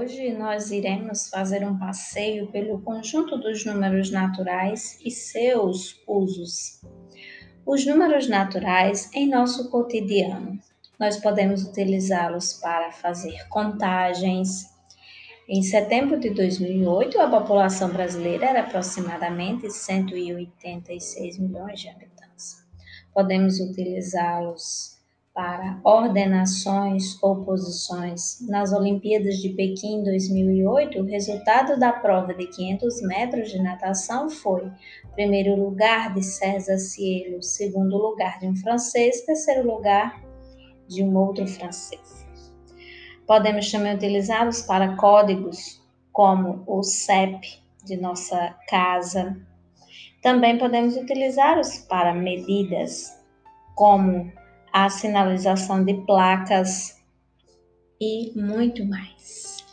Hoje nós iremos fazer um passeio pelo conjunto dos números naturais e seus usos. Os números naturais em nosso cotidiano. Nós podemos utilizá-los para fazer contagens. Em setembro de 2008, a população brasileira era aproximadamente 186 milhões de habitantes. Podemos utilizá-los para ordenações ou posições. Nas Olimpíadas de Pequim 2008, o resultado da prova de 500 metros de natação foi: primeiro lugar de César Cielo, segundo lugar de um francês, terceiro lugar de um outro francês. Podemos também utilizá-los para códigos, como o CEP de nossa casa. Também podemos utilizá-los para medidas, como a sinalização de placas e muito mais.